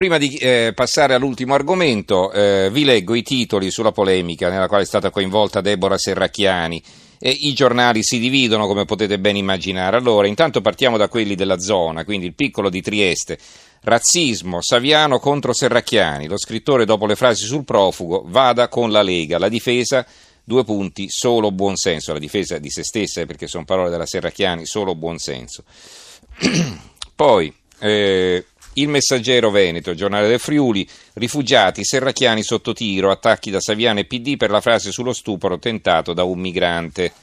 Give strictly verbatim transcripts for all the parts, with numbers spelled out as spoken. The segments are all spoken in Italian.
Prima di eh, passare all'ultimo argomento, eh, vi leggo i titoli sulla polemica nella quale è stata coinvolta Deborah Serracchiani. E i giornali si dividono, come potete ben immaginare. Allora, intanto partiamo da quelli della zona, quindi il Piccolo di Trieste. Razzismo, Saviano contro Serracchiani. Lo scrittore, dopo le frasi sul profugo, vada con la Lega. La difesa, due punti, solo buonsenso. La difesa di se stessa, perché sono parole della Serracchiani, solo buonsenso. Poi... Eh, Il Messaggero Veneto, giornale del Friuli, rifugiati, Serracchiani sotto tiro, attacchi da Saviano e P D per la frase sullo stupro tentato da un migrante.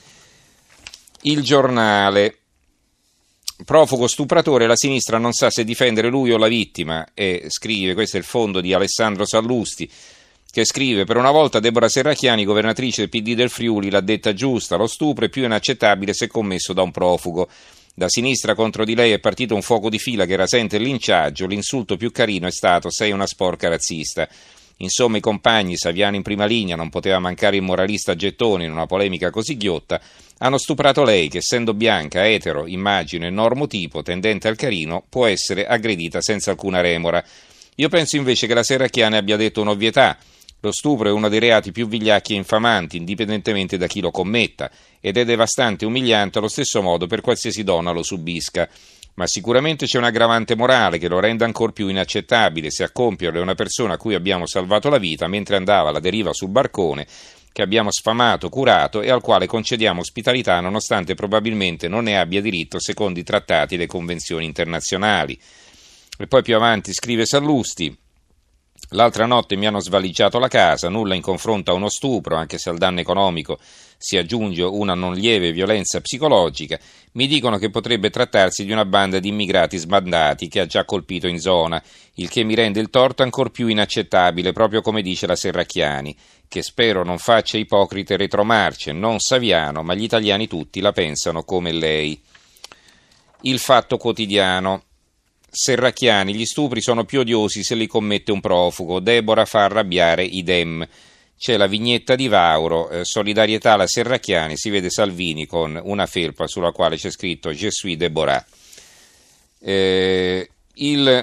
Il Giornale, profugo stupratore, la sinistra non sa se difendere lui o la vittima, e scrive, questo è il fondo di Alessandro Sallusti, che scrive: per una volta Deborah Serracchiani, governatrice del P D del Friuli, l'ha detta giusta, lo stupro è più inaccettabile se commesso da un profugo. Da sinistra contro di lei è partito un fuoco di fila che rasenta il linciaggio, l'insulto più carino è stato «sei una sporca razzista». Insomma, i compagni, Saviano in prima linea, non poteva mancare il moralista Gettoni in una polemica così ghiotta, hanno stuprato lei che, essendo bianca, etero, immagino e normotipo, tendente al carino, può essere aggredita senza alcuna remora. Io penso invece che la Serracchiani abbia detto un'ovvietà. Lo stupro è uno dei reati più vigliacchi e infamanti, indipendentemente da chi lo commetta, ed è devastante e umiliante allo stesso modo per qualsiasi donna lo subisca. Ma sicuramente c'è un aggravante morale che lo rende ancor più inaccettabile se a compierlo è una persona a cui abbiamo salvato la vita mentre andava alla deriva sul barcone, che abbiamo sfamato, curato e al quale concediamo ospitalità nonostante probabilmente non ne abbia diritto secondo i trattati e le convenzioni internazionali. E poi più avanti scrive Sallusti: l'altra notte mi hanno svaligiato la casa, nulla in confronto a uno stupro, anche se al danno economico si aggiunge una non lieve violenza psicologica. Mi dicono che potrebbe trattarsi di una banda di immigrati sbandati che ha già colpito in zona, il che mi rende il torto ancor più inaccettabile, proprio come dice la Serracchiani, che spero non faccia ipocrite retromarce, non Saviano, ma gli italiani tutti la pensano come lei. Il Fatto Quotidiano. Serracchiani, gli stupri sono più odiosi se li commette un profugo, Deborah fa arrabbiare i Dem. C'è la vignetta di Vauro, eh, solidarietà alla Serracchiani, si vede Salvini con una felpa sulla quale c'è scritto Je suis Deborah. Eh, il,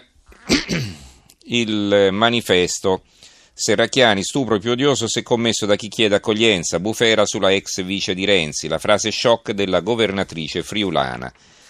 il Manifesto, Serracchiani, stupro più odioso se commesso da chi chiede accoglienza, bufera sulla ex vice di Renzi, la frase shock della governatrice friulana.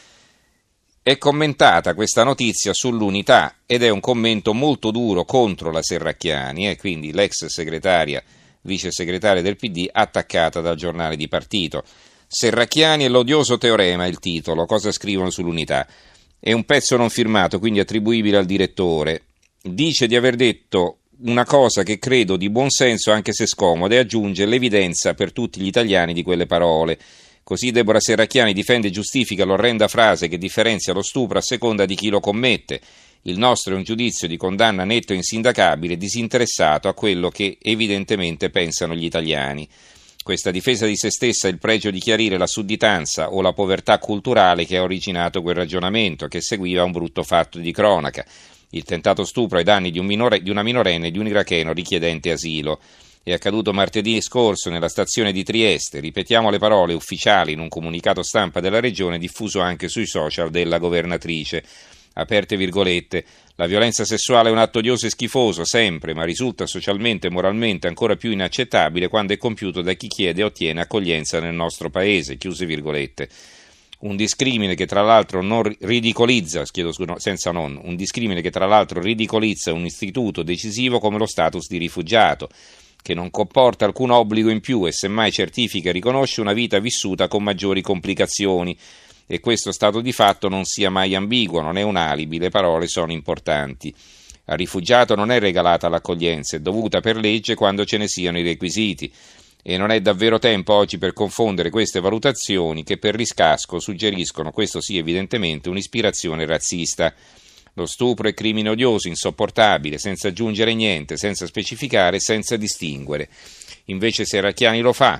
È commentata questa notizia sull'Unità ed è un commento molto duro contro la Serracchiani, e quindi l'ex segretaria, vice segretaria del P D, attaccata dal giornale di partito. Serracchiani e l'odioso teorema, il titolo, cosa scrivono sull'Unità? È un pezzo non firmato, quindi attribuibile al direttore. Dice di aver detto una cosa che credo di buon senso anche se scomoda e aggiunge l'evidenza per tutti gli italiani di quelle parole. Così Deborah Serracchiani difende e giustifica l'orrenda frase che differenzia lo stupro a seconda di chi lo commette. Il nostro è un giudizio di condanna netto e insindacabile, disinteressato a quello che evidentemente pensano gli italiani. Questa difesa di se stessa è il pregio di chiarire la sudditanza o la povertà culturale che ha originato quel ragionamento, che seguiva un brutto fatto di cronaca: il tentato stupro ai danni di, un minore, di una minorenne e di un iracheno richiedente asilo. È accaduto martedì scorso nella stazione di Trieste. Ripetiamo le parole ufficiali in un comunicato stampa della regione diffuso anche sui social della governatrice. Aperte virgolette, la violenza sessuale è un atto odioso e schifoso sempre, ma risulta socialmente e moralmente ancora più inaccettabile quando è compiuto da chi chiede e ottiene accoglienza nel nostro paese. Chiuse virgolette. Un discrimine che tra l'altro non ridicolizza, chiedo scusa, senza non, un discrimine che tra l'altro ridicolizza un istituto decisivo come lo status di rifugiato, che non comporta alcun obbligo in più e semmai certifica e riconosce una vita vissuta con maggiori complicazioni, e questo stato di fatto non sia mai ambiguo, non è un alibi, le parole sono importanti. Al rifugiato non è regalata l'accoglienza, è dovuta per legge quando ce ne siano i requisiti, e non è davvero tempo oggi per confondere queste valutazioni che per riscasco suggeriscono, questo sì evidentemente, un'ispirazione razzista. Lo stupro è crimine odioso, insopportabile, senza aggiungere niente, senza specificare, senza distinguere. Invece Serracchiani lo fa,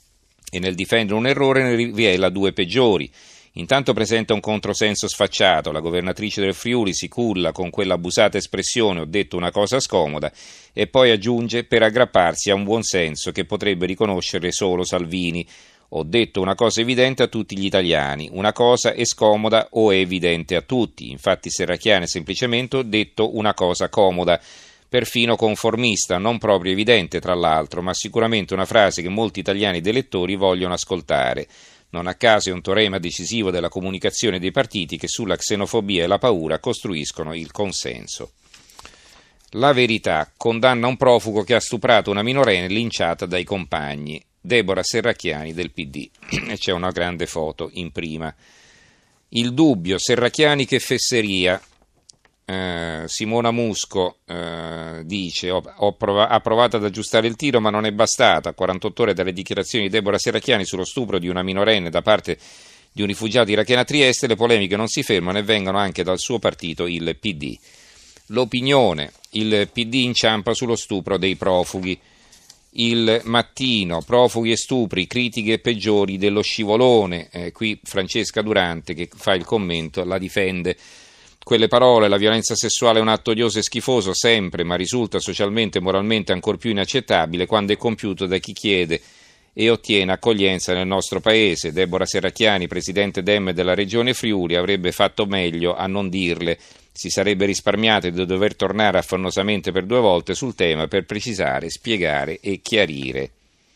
e nel difendere un errore ne rivela due peggiori. Intanto presenta un controsenso sfacciato, la governatrice del Friuli si culla con quell'abusata espressione «ho detto una cosa scomoda», e poi aggiunge per aggrapparsi a un buon senso che potrebbe riconoscere solo Salvini. Ho detto una cosa evidente a tutti gli italiani, una cosa è scomoda o è evidente a tutti. Infatti Serracchiani semplicemente ho detto una cosa comoda, perfino conformista, non proprio evidente tra l'altro, ma sicuramente una frase che molti italiani ed elettori vogliono ascoltare. Non a caso è un teorema decisivo della comunicazione dei partiti che sulla xenofobia e la paura costruiscono il consenso. La Verità condanna un profugo che ha stuprato una minorenne linciata dai compagni. Deborah Serracchiani del P D. E c'è una grande foto in prima. Il Dubbio, Serracchiani che fesseria. Eh, Simona Musco eh, dice ho, ho prov- ha provato ad aggiustare il tiro ma non è bastata. A quarantotto ore dalle dichiarazioni di Deborah Serracchiani sullo stupro di una minorenne da parte di un rifugiato iracheno a Trieste, le polemiche non si fermano e vengono anche dal suo partito, il P D. L'Opinione, il P D inciampa sullo stupro dei profughi. Il Mattino, profughi e stupri, critiche peggiori dello scivolone. Eh, qui Francesca Durante che fa il commento la difende. Quelle parole, la violenza sessuale è un atto odioso e schifoso sempre, ma risulta socialmente e moralmente ancor più inaccettabile quando è compiuto da chi chiede e ottiene accoglienza nel nostro paese. Deborah Serracchiani, presidente Dem della regione Friuli, avrebbe fatto meglio a non dirle. Si sarebbe risparmiato di dover tornare affannosamente per due volte sul tema per precisare, spiegare e chiarire.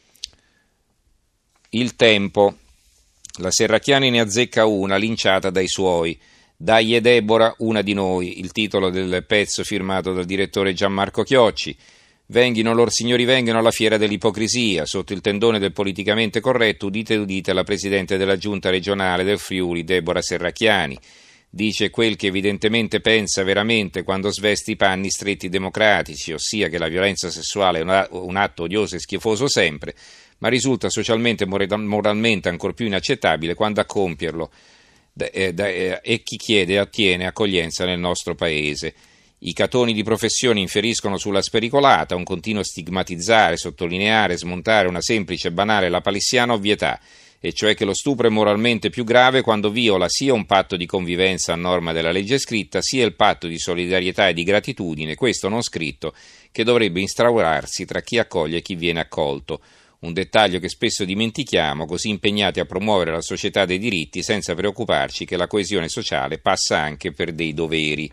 Il Tempo. La Serracchiani ne azzecca una, linciata dai suoi. Dai e Deborah, una di noi, il titolo del pezzo firmato dal direttore Gianmarco Chiocci. Venghino lor signori venghino alla fiera dell'ipocrisia, sotto il tendone del politicamente corretto, udite udite la presidente della giunta regionale del Friuli, Deborah Serracchiani. Dice quel che evidentemente pensa veramente quando sveste i panni stretti democratici, ossia che la violenza sessuale è un atto odioso e schifoso sempre, ma risulta socialmente e moralmente ancor più inaccettabile quando a compierlo e chi chiede e ottiene accoglienza nel nostro paese. I catoni di professione inferiscono sulla spericolata, un continuo stigmatizzare, sottolineare, smontare una semplice e banale lapalissiana ovvietà, e cioè che lo stupro è moralmente più grave quando viola sia un patto di convivenza a norma della legge scritta, sia il patto di solidarietà e di gratitudine, questo non scritto, che dovrebbe instaurarsi tra chi accoglie e chi viene accolto. Un dettaglio che spesso dimentichiamo, così impegnati a promuovere la società dei diritti senza preoccuparci che la coesione sociale passa anche per dei doveri.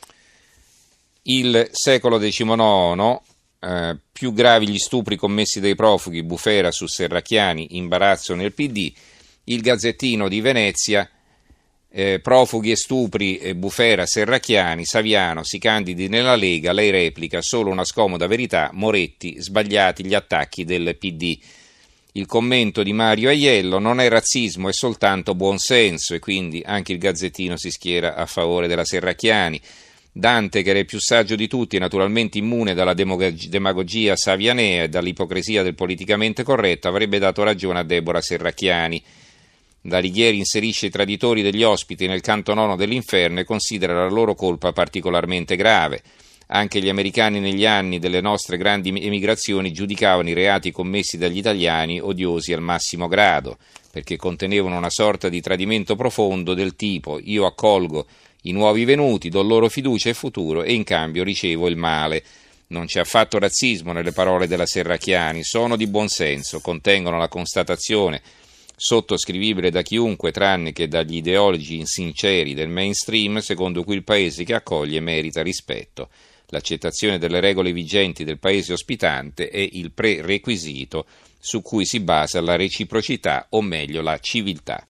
Il Secolo diciannove, eh, più gravi gli stupri commessi dai profughi, bufera su Serracchiani, imbarazzo nel P D. Il Gazzettino di Venezia, eh, profughi e stupri, eh, bufera Serracchiani, Saviano si candidi nella Lega, lei replica solo una scomoda verità, Moretti, sbagliati gli attacchi del P D. Il commento di Mario Aiello, non è razzismo, è soltanto buonsenso, e quindi anche il Gazzettino si schiera a favore della Serracchiani. Dante, che era il più saggio di tutti, naturalmente immune dalla demagogia savianea e dall'ipocrisia del politicamente corretto, avrebbe dato ragione a Deborah Serracchiani. D'Alighieri inserisce i traditori degli ospiti nel canto nono dell'inferno e considera la loro colpa particolarmente grave. Anche gli americani negli anni delle nostre grandi emigrazioni giudicavano i reati commessi dagli italiani odiosi al massimo grado, perché contenevano una sorta di tradimento profondo del tipo: io accolgo i nuovi venuti, do loro fiducia e futuro e in cambio ricevo il male. Non c'è affatto razzismo nelle parole della Serracchiani, sono di buonsenso, contengono la constatazione, sottoscrivibile da chiunque tranne che dagli ideologi insinceri del mainstream, secondo cui il paese che accoglie merita rispetto. L'accettazione delle regole vigenti del paese ospitante è il prerequisito su cui si basa la reciprocità, o meglio la civiltà.